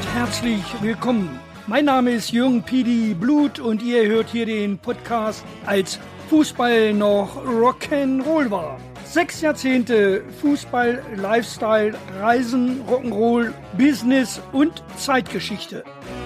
herzlich willkommen. Mein Name ist Jürgen Pidi Blut und ihr hört hier den Podcast Als Fußball noch Rock'n'Roll war. 6 Jahrzehnte Fußball, Lifestyle, Reisen, Rock'n'Roll, Business und Zeitgeschichte.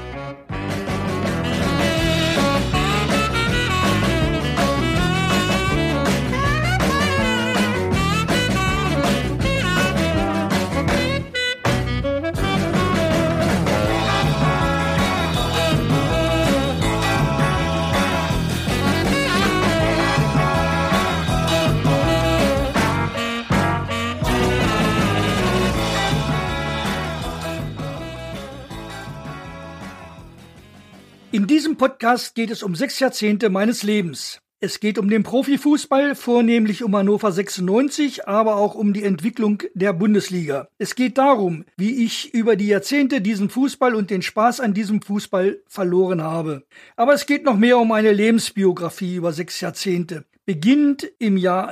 In diesem Podcast geht es um 6 Jahrzehnte meines Lebens. Es geht um den Profifußball, vornehmlich um Hannover 96, aber auch um die Entwicklung der Bundesliga. Es geht darum, wie ich über die Jahrzehnte diesen Fußball und den Spaß an diesem Fußball verloren habe. Aber es geht noch mehr um eine Lebensbiografie über 6 Jahrzehnte. Beginnt im Jahr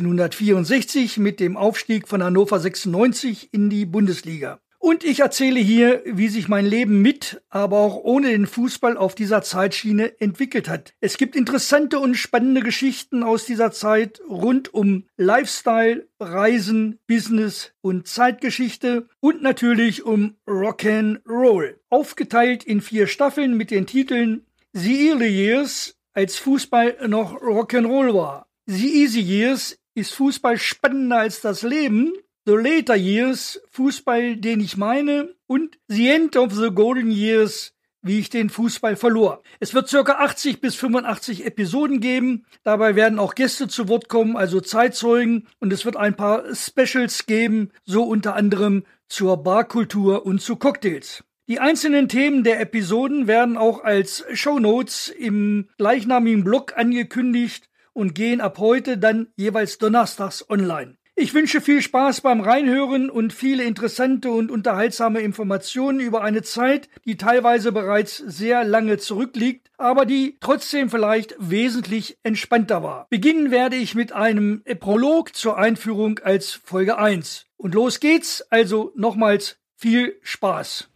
1964 mit dem Aufstieg von Hannover 96 in die Bundesliga. Und ich erzähle hier, wie sich mein Leben mit, aber auch ohne den Fußball auf dieser Zeitschiene entwickelt hat. Es gibt interessante und spannende Geschichten aus dieser Zeit rund um Lifestyle, Reisen, Business und Zeitgeschichte und natürlich um Rock'n'Roll. Aufgeteilt in 4 Staffeln mit den Titeln The Early Years, als Fußball noch Rock'n'Roll war. The Easy Years, ist Fußball spannender als das Leben? The Later Years, Fußball, den ich meine, und The End of the Golden Years, wie ich den Fußball verlor. Es wird ca. 80 bis 85 Episoden geben. Dabei werden auch Gäste zu Wort kommen, also Zeitzeugen, und es wird ein paar Specials geben, so unter anderem zur Barkultur und zu Cocktails. Die einzelnen Themen der Episoden werden auch als Shownotes im gleichnamigen Blog angekündigt und gehen ab heute dann jeweils donnerstags online. Ich wünsche viel Spaß beim Reinhören und viele interessante und unterhaltsame Informationen über eine Zeit, die teilweise bereits sehr lange zurückliegt, aber die trotzdem vielleicht wesentlich entspannter war. Beginnen werde ich mit einem Prolog zur Einführung als Folge 1. Und los geht's, also nochmals viel Spaß.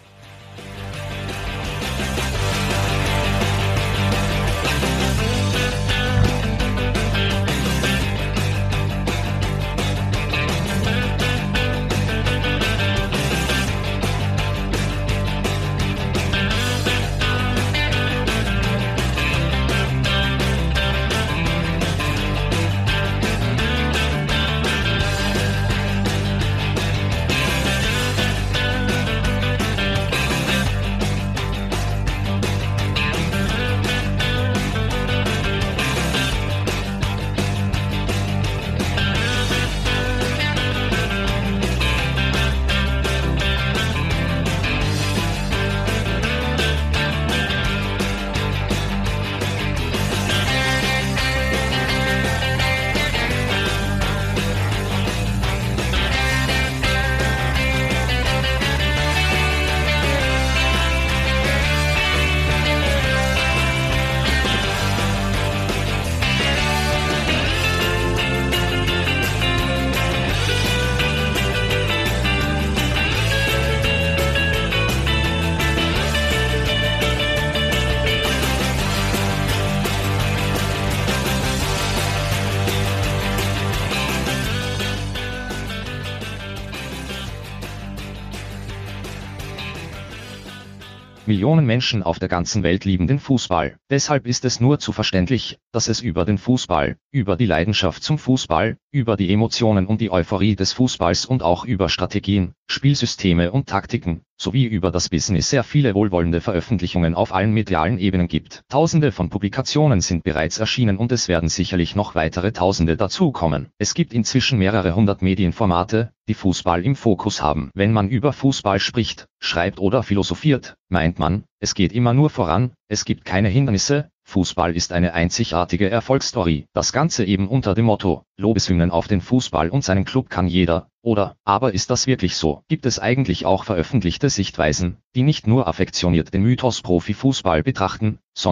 Millionen Menschen auf der ganzen Welt lieben den Fußball. Deshalb ist es nur zu verständlich, dass es über den Fußball, über die Leidenschaft zum Fußball, über die Emotionen und die Euphorie des Fußballs und auch über Strategien, Spielsysteme und Taktiken, sowie über das Business sehr viele wohlwollende Veröffentlichungen auf allen medialen Ebenen gibt. Tausende von Publikationen sind bereits erschienen und es werden sicherlich noch weitere Tausende dazukommen. Es gibt inzwischen mehrere hundert Medienformate, die Fußball im Fokus haben. Wenn man über Fußball spricht, schreibt oder philosophiert, meint man, es geht immer nur voran, es gibt keine Hindernisse, Fußball ist eine einzigartige Erfolgsstory. Das Ganze eben unter dem Motto, Lobeshymnen auf den Fußball und seinen Club kann jeder, oder, aber ist das wirklich so? Gibt es eigentlich auch veröffentlichte Sichtweisen, die nicht nur affektioniert den Mythos Profifußball betrachten, sondern,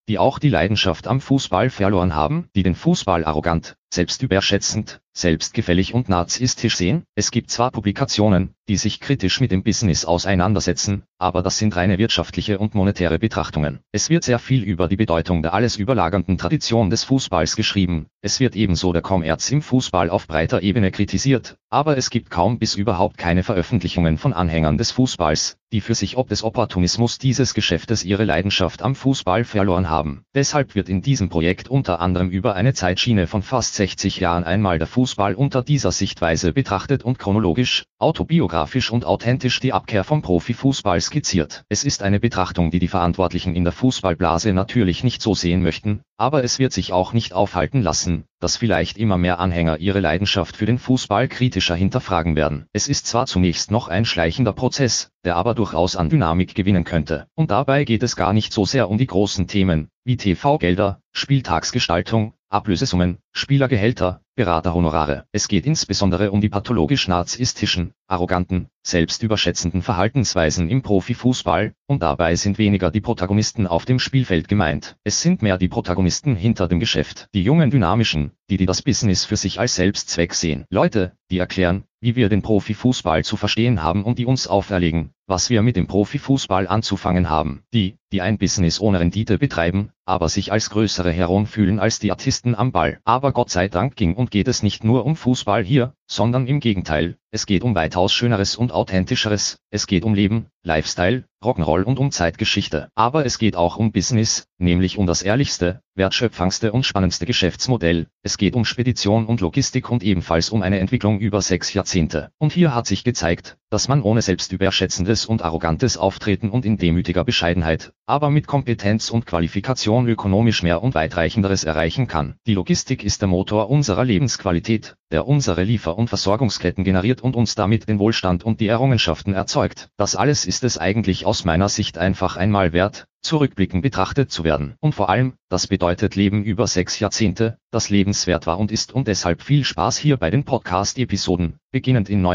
die auch die Leidenschaft am Fußball verloren haben, die den Fußball arrogant, selbstüberschätzend, selbstgefällig und narzisstisch sehen. Es gibt zwar Publikationen, die sich kritisch mit dem Business auseinandersetzen, aber das sind reine wirtschaftliche und monetäre Betrachtungen. Es wird sehr viel über die Bedeutung der alles überlagernden Tradition des Fußballs geschrieben. Es wird ebenso der Kommerz im Fußball auf breiter Ebene kritisiert, aber es gibt kaum bis überhaupt keine Veröffentlichungen von Anhängern des Fußballs, die für sich ob des Opportunismus dieses Geschäftes ihre Leidenschaft am Fußball verloren haben. Deshalb wird in diesem Projekt unter anderem über eine Zeitschiene von fast 60 Jahren einmal der Fußball unter dieser Sichtweise betrachtet und chronologisch, autobiografisch und authentisch die Abkehr vom Profifußball skizziert. Es ist eine Betrachtung, die die Verantwortlichen in der Fußballblase natürlich nicht so sehen möchten, aber es wird sich auch nicht aufhalten lassen, dass vielleicht immer mehr Anhänger ihre Leidenschaft für den Fußball kritischer hinterfragen werden. Es ist zwar zunächst noch ein schleichender Prozess, der aber durchaus an Dynamik gewinnen könnte. Und dabei geht es gar nicht so sehr um die großen Themen, wie TV-Gelder, Spieltagsgestaltung, Ablösesummen, Spielergehälter, Beraterhonorare. Es geht insbesondere um die pathologisch-narzisstischen, arroganten, selbstüberschätzenden Verhaltensweisen im Profifußball, und dabei sind weniger die Protagonisten auf dem Spielfeld gemeint. Es sind mehr die Protagonisten hinter dem Geschäft, die jungen Dynamischen, die das Business für sich als Selbstzweck sehen. Leute, die erklären, wie wir den Profifußball zu verstehen haben und die uns auferlegen, was wir mit dem Profifußball anzufangen haben. Die ein Business ohne Rendite betreiben, aber sich als größere Heron fühlen als die Artisten am Ball. Aber Gott sei Dank ging und geht es nicht nur um Fußball hier, sondern im Gegenteil. Es geht um weitaus Schöneres und Authentischeres, es geht um Leben, Lifestyle, Rock'n'Roll und um Zeitgeschichte. Aber es geht auch um Business, nämlich um das ehrlichste, wertschöpfendste und spannendste Geschäftsmodell. Es geht um Spedition und Logistik und ebenfalls um eine Entwicklung über 6 Jahrzehnte. Und hier hat sich gezeigt, dass man ohne selbstüberschätzendes und arrogantes Auftreten und in demütiger Bescheidenheit, aber mit Kompetenz und Qualifikation ökonomisch mehr und weitreichenderes erreichen kann. Die Logistik ist der Motor unserer Lebensqualität, der unsere Liefer- und Versorgungsketten generiert und uns damit den Wohlstand und die Errungenschaften erzeugt. Das alles ist es eigentlich aus meiner Sicht einfach einmal wert, zurückblickend betrachtet zu werden. Und vor allem, das bedeutet Leben über 6 Jahrzehnte, das lebenswert war und ist, und deshalb viel Spaß hier bei den Podcast-Episoden, beginnend in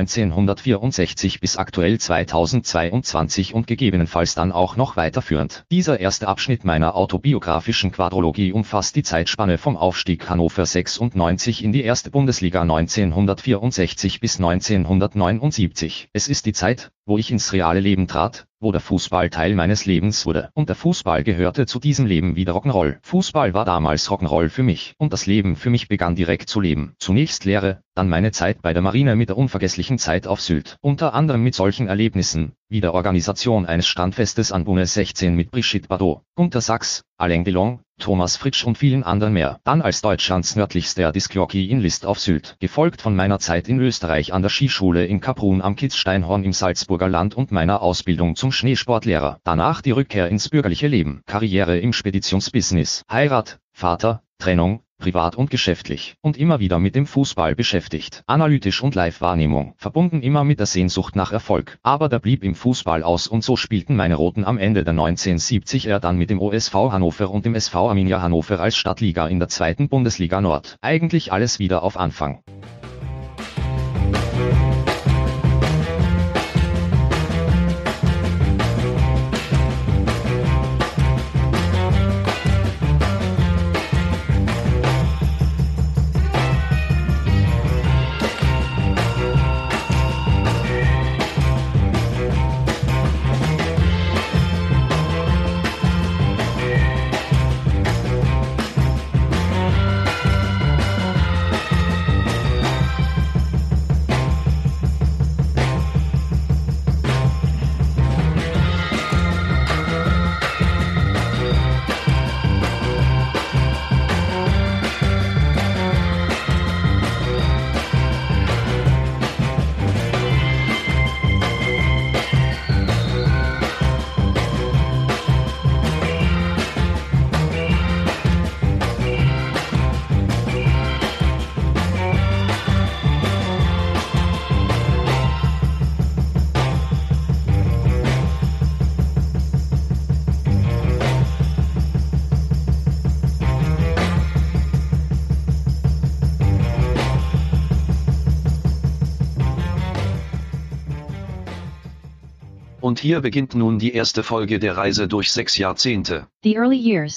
1964 bis aktuell 2022 und gegebenenfalls dann auch noch weiterführend. Dieser erste Abschnitt meiner autobiografischen Quadrologie umfasst die Zeitspanne vom Aufstieg Hannover 96 in die erste Bundesliga 1964 bis 1979. Es ist die Zeit, wo ich ins reale Leben trat, wo der Fußball Teil meines Lebens wurde. Und der Fußball gehörte zu diesem Leben wie der Rock'n'Roll. Fußball war damals Rock'n'Roll für mich. Und das Leben für mich begann direkt zu leben. Zunächst Lehre, dann meine Zeit bei der Marine mit der unvergesslichen Zeit auf Sylt. Unter anderem mit solchen Erlebnissen, wie der Organisation eines Standfestes an Bune 16 mit Brigitte Bardot, Gunter Sachs, Alain Delon, Thomas Fritsch und vielen anderen mehr. Dann als Deutschlands nördlichster Discjockey in List auf Sylt. Gefolgt von meiner Zeit in Österreich an der Skischule in Kaprun am Kitzsteinhorn im Salzburger Land und meiner Ausbildung zum Schneesportlehrer. Danach die Rückkehr ins bürgerliche Leben. Karriere im Speditionsbusiness. Heirat, Vater, Trennung, privat und geschäftlich. Und immer wieder mit dem Fußball beschäftigt. Analytisch und Live-Wahrnehmung. Verbunden immer mit der Sehnsucht nach Erfolg. Aber der blieb im Fußball aus und so spielten meine Roten am Ende der 1970er dann mit dem OSV Hannover und dem SV Arminia Hannover als Stadtliga in der 2. Bundesliga Nord. Eigentlich alles wieder auf Anfang. Und hier beginnt nun die erste Folge der Reise durch 6 Jahrzehnte. The early years.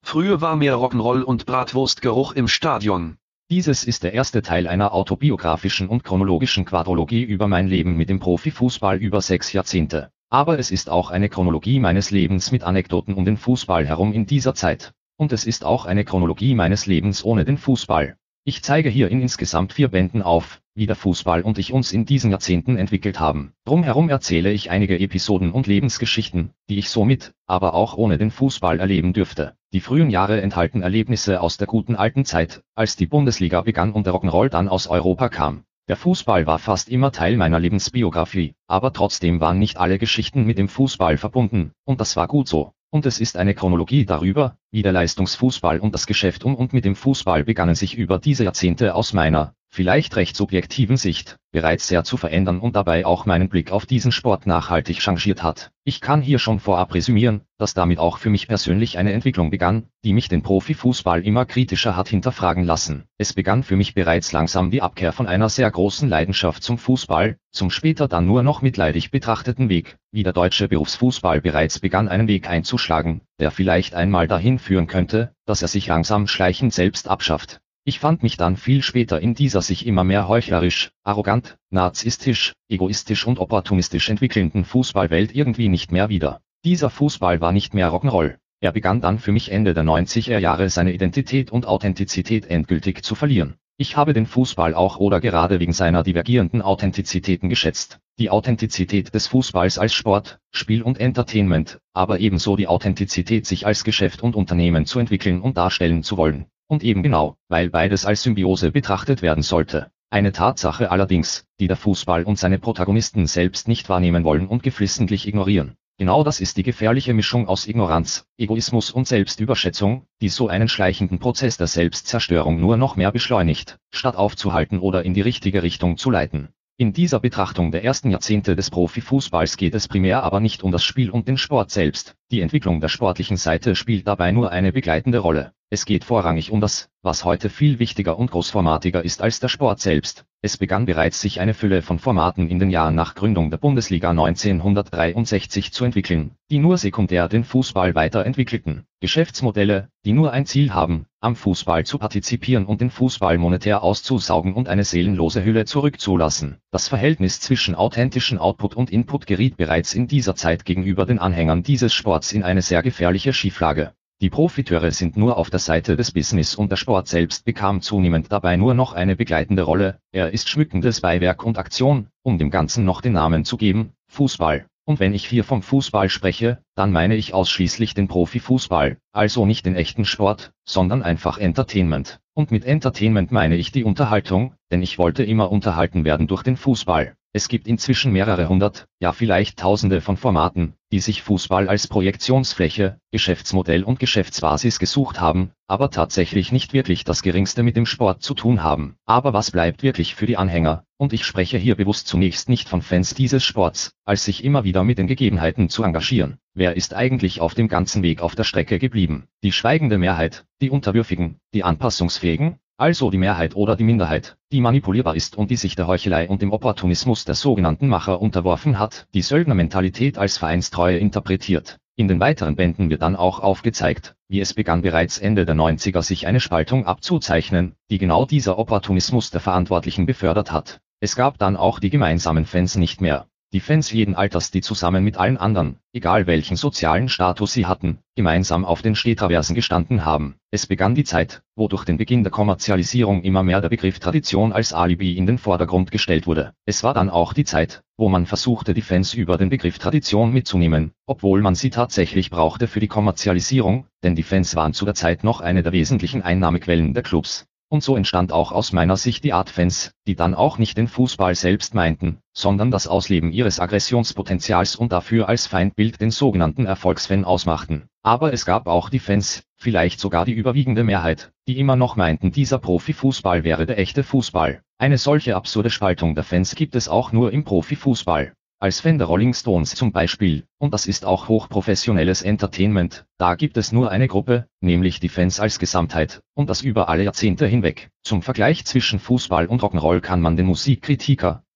Früher war mehr Rock'n'Roll und Bratwurstgeruch im Stadion. Dieses ist der erste Teil einer autobiografischen und chronologischen Quadrologie über mein Leben mit dem Profifußball über 6 Jahrzehnte. Aber es ist auch eine Chronologie meines Lebens mit Anekdoten um den Fußball herum in dieser Zeit. Und es ist auch eine Chronologie meines Lebens ohne den Fußball. Ich zeige hier in insgesamt 4 Bänden auf, wie der Fußball und ich uns in diesen Jahrzehnten entwickelt haben. Drumherum erzähle ich einige Episoden und Lebensgeschichten, die ich somit, aber auch ohne den Fußball erleben dürfte. Die frühen Jahre enthalten Erlebnisse aus der guten alten Zeit, als die Bundesliga begann und der Rock'n'Roll dann aus Europa kam. Der Fußball war fast immer Teil meiner Lebensbiografie, aber trotzdem waren nicht alle Geschichten mit dem Fußball verbunden, und das war gut so. Und es ist eine Chronologie darüber, wie der Leistungsfußball und das Geschäft um und mit dem Fußball begannen sich über diese Jahrzehnte aus meiner, vielleicht recht subjektiven Sicht, bereits sehr zu verändern und dabei auch meinen Blick auf diesen Sport nachhaltig changiert hat. Ich kann hier schon vorab resümieren, dass damit auch für mich persönlich eine Entwicklung begann, die mich den Profifußball immer kritischer hat hinterfragen lassen. Es begann für mich bereits langsam die Abkehr von einer sehr großen Leidenschaft zum Fußball, zum später dann nur noch mitleidig betrachteten Weg, wie der deutsche Berufsfußball bereits begann einen Weg einzuschlagen, der vielleicht einmal dahin führen könnte, dass er sich langsam schleichend selbst abschafft. Ich fand mich dann viel später in dieser sich immer mehr heuchlerisch, arrogant, narzisstisch, egoistisch und opportunistisch entwickelnden Fußballwelt irgendwie nicht mehr wieder. Dieser Fußball war nicht mehr Rock'n'Roll. Er begann dann für mich Ende der 90er Jahre seine Identität und Authentizität endgültig zu verlieren. Ich habe den Fußball auch oder gerade wegen seiner divergierenden Authentizitäten geschätzt. Die Authentizität des Fußballs als Sport, Spiel und Entertainment, aber ebenso die Authentizität, sich als Geschäft und Unternehmen zu entwickeln und darstellen zu wollen. Und eben genau, weil beides als Symbiose betrachtet werden sollte. Eine Tatsache allerdings, die der Fußball und seine Protagonisten selbst nicht wahrnehmen wollen und geflissentlich ignorieren. Genau das ist die gefährliche Mischung aus Ignoranz, Egoismus und Selbstüberschätzung, die so einen schleichenden Prozess der Selbstzerstörung nur noch mehr beschleunigt, statt aufzuhalten oder in die richtige Richtung zu leiten. In dieser Betrachtung der ersten Jahrzehnte des Profifußballs geht es primär aber nicht um das Spiel und den Sport selbst. Die Entwicklung der sportlichen Seite spielt dabei nur eine begleitende Rolle. Es geht vorrangig um das, was heute viel wichtiger und großformatiger ist als der Sport selbst. Es begann bereits, sich eine Fülle von Formaten in den Jahren nach Gründung der Bundesliga 1963 zu entwickeln, die nur sekundär den Fußball weiterentwickelten. Geschäftsmodelle, die nur ein Ziel haben, am Fußball zu partizipieren und den Fußball monetär auszusaugen und eine seelenlose Hülle zurückzulassen. Das Verhältnis zwischen authentischen Output und Input geriet bereits in dieser Zeit gegenüber den Anhängern dieses Sports in eine sehr gefährliche Schieflage. Die Profiteure sind nur auf der Seite des Business und der Sport selbst bekam zunehmend dabei nur noch eine begleitende Rolle. Er ist schmückendes Beiwerk und Aktion, um dem Ganzen noch den Namen zu geben, Fußball. Und wenn ich hier vom Fußball spreche, dann meine ich ausschließlich den Profifußball, also nicht den echten Sport, sondern einfach Entertainment. Und mit Entertainment meine ich die Unterhaltung, denn ich wollte immer unterhalten werden durch den Fußball. Es gibt inzwischen mehrere hundert, ja vielleicht tausende von Formaten, die sich Fußball als Projektionsfläche, Geschäftsmodell und Geschäftsbasis gesucht haben, aber tatsächlich nicht wirklich das Geringste mit dem Sport zu tun haben. Aber was bleibt wirklich für die Anhänger? Und ich spreche hier bewusst zunächst nicht von Fans dieses Sports, als sich immer wieder mit den Gegebenheiten zu engagieren. Wer ist eigentlich auf dem ganzen Weg auf der Strecke geblieben? Die schweigende Mehrheit, die Unterwürfigen, die Anpassungsfähigen? Also die Mehrheit oder die Minderheit, die manipulierbar ist und die sich der Heuchelei und dem Opportunismus der sogenannten Macher unterworfen hat, die Söldnermentalität als Vereinstreue interpretiert. In den weiteren Bänden wird dann auch aufgezeigt, wie es begann bereits Ende der 90er sich eine Spaltung abzuzeichnen, die genau dieser Opportunismus der Verantwortlichen befördert hat. Es gab dann auch die gemeinsamen Fans nicht mehr. Die Fans jeden Alters, die zusammen mit allen anderen, egal welchen sozialen Status sie hatten, gemeinsam auf den Stehtraversen gestanden haben. Es begann die Zeit, wo durch den Beginn der Kommerzialisierung immer mehr der Begriff Tradition als Alibi in den Vordergrund gestellt wurde. Es war dann auch die Zeit, wo man versuchte, die Fans über den Begriff Tradition mitzunehmen, obwohl man sie tatsächlich brauchte für die Kommerzialisierung, denn die Fans waren zu der Zeit noch eine der wesentlichen Einnahmequellen der Clubs. Und so entstand auch aus meiner Sicht die Art Fans, die dann auch nicht den Fußball selbst meinten, sondern das Ausleben ihres Aggressionspotenzials und dafür als Feindbild den sogenannten Erfolgsfan ausmachten. Aber es gab auch die Fans, vielleicht sogar die überwiegende Mehrheit, die immer noch meinten, dieser Profifußball wäre der echte Fußball. Eine solche absurde Spaltung der Fans gibt es auch nur im Profifußball. Als Fan der Rolling Stones zum Beispiel, und das ist auch hochprofessionelles Entertainment, da gibt es nur eine Gruppe, nämlich die Fans als Gesamtheit, und das über alle Jahrzehnte hinweg. Zum Vergleich zwischen Fußball und Rock'n'Roll kann man den Musikkritiker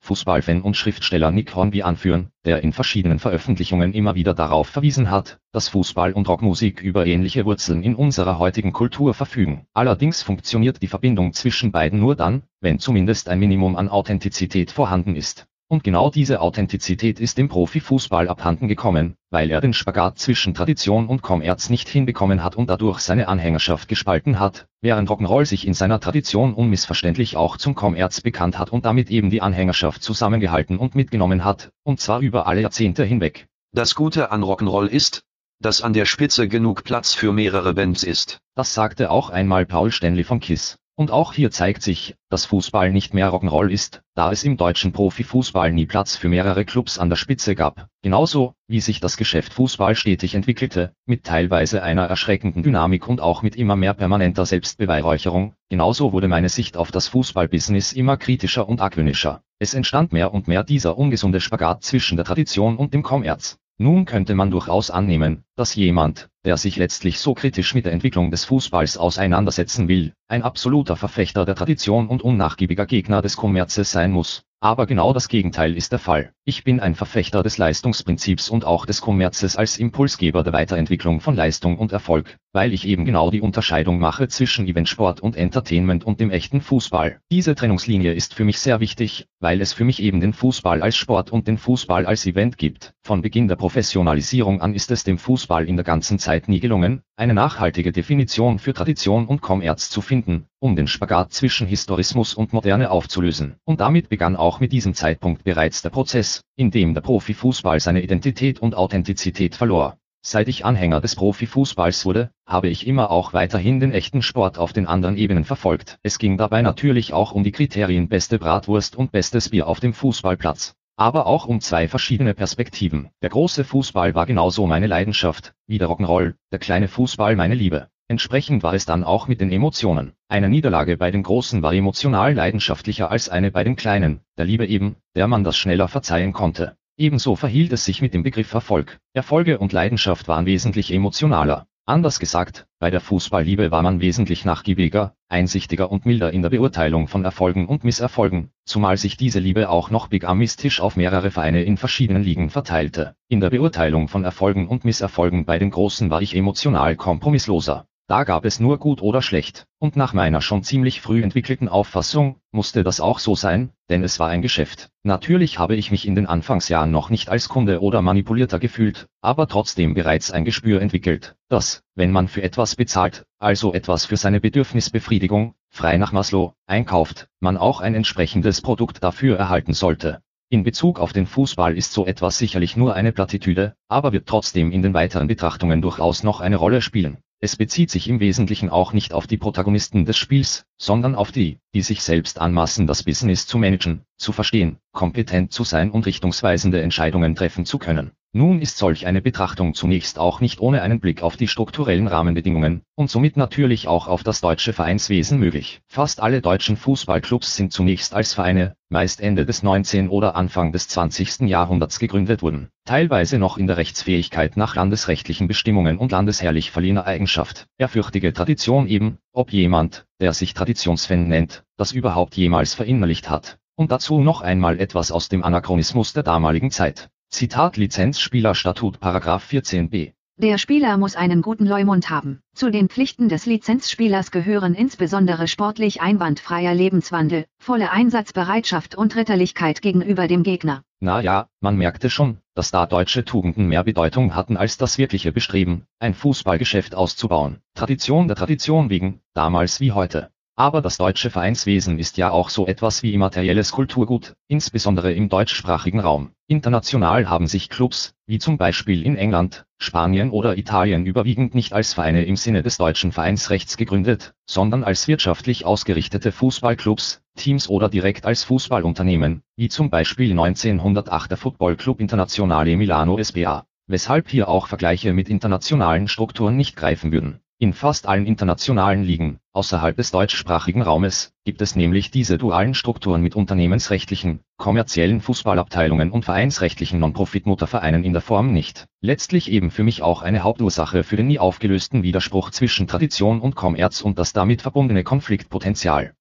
Fußballfan und Schriftsteller Nick Hornby anführen, der in verschiedenen Veröffentlichungen immer wieder darauf verwiesen hat, dass Fußball und Rockmusik über ähnliche Wurzeln in unserer heutigen Kultur verfügen. Allerdings funktioniert die Verbindung zwischen beiden nur dann, wenn zumindest ein Minimum an Authentizität vorhanden ist. Und genau diese Authentizität ist dem Profifußball abhanden gekommen, weil er den Spagat zwischen Tradition und Kommerz nicht hinbekommen hat und dadurch seine Anhängerschaft gespalten hat, während Rock'n'Roll sich in seiner Tradition unmissverständlich auch zum Kommerz bekannt hat und damit eben die Anhängerschaft zusammengehalten und mitgenommen hat, und zwar über alle Jahrzehnte hinweg. Das Gute an Rock'n'Roll ist, dass an der Spitze genug Platz für mehrere Bands ist. Das sagte auch einmal Paul Stanley von Kiss. Und auch hier zeigt sich, dass Fußball nicht mehr Rock'n'Roll ist, da es im deutschen Profifußball nie Platz für mehrere Clubs an der Spitze gab. Genauso, wie sich das Geschäft Fußball stetig entwickelte, mit teilweise einer erschreckenden Dynamik und auch mit immer mehr permanenter Selbstbeweihräucherung, genauso wurde meine Sicht auf das Fußballbusiness immer kritischer und argwöhnischer. Es entstand mehr und mehr dieser ungesunde Spagat zwischen der Tradition und dem Kommerz. Nun könnte man durchaus annehmen, dass jemand, der sich letztlich so kritisch mit der Entwicklung des Fußballs auseinandersetzen will, ein absoluter Verfechter der Tradition und unnachgiebiger Gegner des Kommerzes sein muss. Aber genau das Gegenteil ist der Fall. Ich bin ein Verfechter des Leistungsprinzips und auch des Kommerzes als Impulsgeber der Weiterentwicklung von Leistung und Erfolg, weil ich eben genau die Unterscheidung mache zwischen Eventsport und Entertainment und dem echten Fußball. Diese Trennungslinie ist für mich sehr wichtig, weil es für mich eben den Fußball als Sport und den Fußball als Event gibt. Von Beginn der Professionalisierung an ist es dem Fußball in der ganzen Zeit nie gelungen, eine nachhaltige Definition für Tradition und Kommerz zu finden, um den Spagat zwischen Historismus und Moderne aufzulösen. Und damit begann auch mit diesem Zeitpunkt bereits der Prozess, in dem der Profifußball seine Identität und Authentizität verlor. Seit ich Anhänger des Profifußballs wurde, habe ich immer auch weiterhin den echten Sport auf den anderen Ebenen verfolgt. Es ging dabei natürlich auch um die Kriterien beste Bratwurst und bestes Bier auf dem Fußballplatz. Aber auch um zwei verschiedene Perspektiven. Der große Fußball war genauso meine Leidenschaft, wie der Rock'n'Roll, der kleine Fußball meine Liebe. Entsprechend war es dann auch mit den Emotionen. Eine Niederlage bei den Großen war emotional leidenschaftlicher als eine bei den Kleinen, der Liebe eben, der man das schneller verzeihen konnte. Ebenso verhielt es sich mit dem Begriff Erfolg. Erfolge und Leidenschaft waren wesentlich emotionaler. Anders gesagt, bei der Fußballliebe war man wesentlich nachgiebiger, einsichtiger und milder in der Beurteilung von Erfolgen und Misserfolgen, zumal sich diese Liebe auch noch bigamistisch auf mehrere Vereine in verschiedenen Ligen verteilte. In der Beurteilung von Erfolgen und Misserfolgen bei den Großen war ich emotional kompromissloser. Da gab es nur gut oder schlecht, und nach meiner schon ziemlich früh entwickelten Auffassung, musste das auch so sein, denn es war ein Geschäft. Natürlich habe ich mich in den Anfangsjahren noch nicht als Kunde oder Manipulierter gefühlt, aber trotzdem bereits ein Gespür entwickelt, dass, wenn man für etwas bezahlt, also etwas für seine Bedürfnisbefriedigung, frei nach Maslow, einkauft, man auch ein entsprechendes Produkt dafür erhalten sollte. In Bezug auf den Fußball ist so etwas sicherlich nur eine Plattitüde, aber wird trotzdem in den weiteren Betrachtungen durchaus noch eine Rolle spielen. Es bezieht sich im Wesentlichen auch nicht auf die Protagonisten des Spiels, sondern auf die, die sich selbst anmaßen, das Business zu managen, zu verstehen, kompetent zu sein und richtungsweisende Entscheidungen treffen zu können. Nun ist solch eine Betrachtung zunächst auch nicht ohne einen Blick auf die strukturellen Rahmenbedingungen und somit natürlich auch auf das deutsche Vereinswesen möglich. Fast alle deutschen Fußballclubs sind zunächst als Vereine, meist Ende des 19. oder Anfang des 20. Jahrhunderts gegründet wurden, teilweise noch in der Rechtsfähigkeit nach landesrechtlichen Bestimmungen und landesherrlich verliehener Eigenschaft. Ehrfürchtige Tradition eben, ob jemand, der sich Traditionsfan nennt, das überhaupt jemals verinnerlicht hat. Und dazu noch einmal etwas aus dem Anachronismus der damaligen Zeit. Zitat Lizenzspielerstatut § 14b. Der Spieler muss einen guten Leumund haben. Zu den Pflichten des Lizenzspielers gehören insbesondere sportlich einwandfreier Lebenswandel, volle Einsatzbereitschaft und Ritterlichkeit gegenüber dem Gegner. Na ja, man merkte schon, dass da deutsche Tugenden mehr Bedeutung hatten als das wirkliche Bestreben, ein Fußballgeschäft auszubauen. Tradition der Tradition wegen, damals wie heute. Aber das deutsche Vereinswesen ist ja auch so etwas wie immaterielles Kulturgut, insbesondere im deutschsprachigen Raum. International haben sich Clubs, wie zum Beispiel in England, Spanien oder Italien überwiegend nicht als Vereine im Sinne des deutschen Vereinsrechts gegründet, sondern als wirtschaftlich ausgerichtete Fußballclubs, Teams oder direkt als Fußballunternehmen, wie zum Beispiel 1908 der Football Club Internazionale Milano SpA, weshalb hier auch Vergleiche mit internationalen Strukturen nicht greifen würden. In fast allen internationalen Ligen, außerhalb des deutschsprachigen Raumes, gibt es nämlich diese dualen Strukturen mit unternehmensrechtlichen, kommerziellen Fußballabteilungen und vereinsrechtlichen Non-Profit-Muttervereinen in der Form nicht. Letztlich eben für mich auch eine Hauptursache für den nie aufgelösten Widerspruch zwischen Tradition und Kommerz und das damit verbundene Konfliktpotenzial.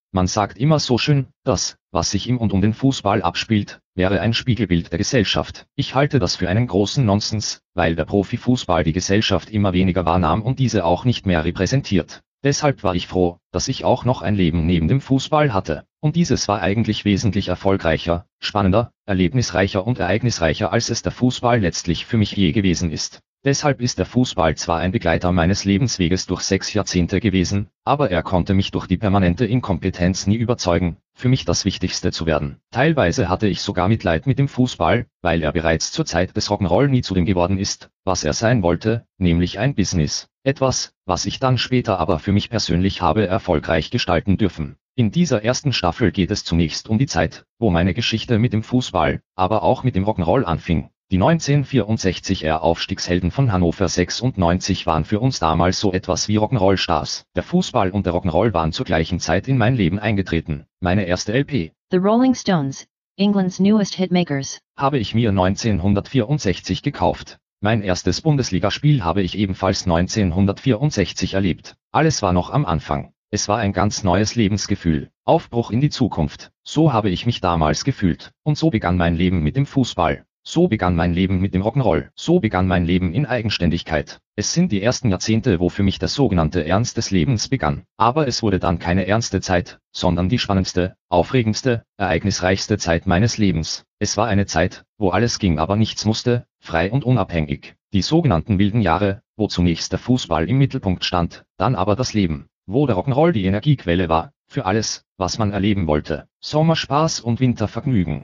Man sagt immer so schön, das, was sich im und um den Fußball abspielt, wäre ein Spiegelbild der Gesellschaft. Ich halte das für einen großen Nonsens, weil der Profifußball die Gesellschaft immer weniger wahrnahm und diese auch nicht mehr repräsentiert. Deshalb war ich froh, dass ich auch noch ein Leben neben dem Fußball hatte. Und dieses war eigentlich wesentlich erfolgreicher, spannender, erlebnisreicher und ereignisreicher, als es der Fußball letztlich für mich je gewesen ist. Deshalb ist der Fußball zwar ein Begleiter meines Lebensweges durch 6 Jahrzehnte gewesen, aber er konnte mich durch die permanente Inkompetenz nie überzeugen, für mich das Wichtigste zu werden. Teilweise hatte ich sogar Mitleid mit dem Fußball, weil er bereits zur Zeit des Rock'n'Roll nie zu dem geworden ist, was er sein wollte, nämlich ein Business. Etwas, was ich dann später aber für mich persönlich habe erfolgreich gestalten dürfen. In dieser ersten Staffel geht es zunächst um die Zeit, wo meine Geschichte mit dem Fußball, aber auch mit dem Rock'n'Roll anfing. Die 1964er Aufstiegshelden von Hannover 96 waren für uns damals so etwas wie Rock'n'Roll-Stars. Der Fußball und der Rock'n'Roll waren zur gleichen Zeit in mein Leben eingetreten. Meine erste LP, The Rolling Stones, England's newest hitmakers, habe ich mir 1964 gekauft. Mein erstes Bundesligaspiel habe ich ebenfalls 1964 erlebt. Alles war noch am Anfang. Es war ein ganz neues Lebensgefühl. Aufbruch in die Zukunft. So habe ich mich damals gefühlt. Und so begann mein Leben mit dem Fußball. So begann mein Leben mit dem Rock'n'Roll. So begann mein Leben in Eigenständigkeit. Es sind die ersten Jahrzehnte, wo für mich der sogenannte Ernst des Lebens begann. Aber es wurde dann keine ernste Zeit, sondern die spannendste, aufregendste, ereignisreichste Zeit meines Lebens. Es war eine Zeit, wo alles ging, aber nichts musste, frei und unabhängig. Die sogenannten wilden Jahre, wo zunächst der Fußball im Mittelpunkt stand, dann aber das Leben. Wo der Rock'n'Roll die Energiequelle war, für alles, was man erleben wollte. Sommerspaß und Wintervergnügen.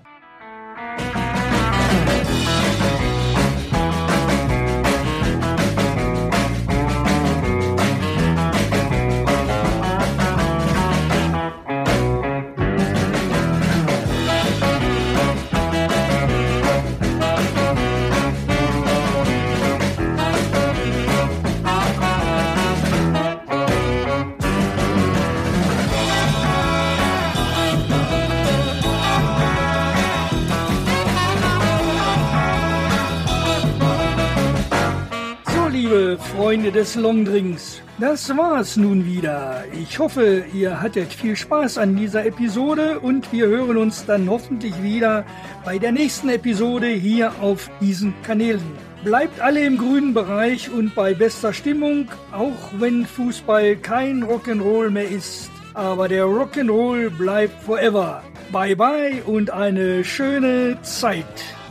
Freunde des Longdrinks, das war's nun wieder. Ich hoffe, ihr hattet viel Spaß an dieser Episode und wir hören uns dann hoffentlich wieder bei der nächsten Episode hier auf diesen Kanälen. Bleibt alle im grünen Bereich und bei bester Stimmung, auch wenn Fußball kein Rock'n'Roll mehr ist. Aber der Rock'n'Roll bleibt forever. Bye bye und eine schöne Zeit.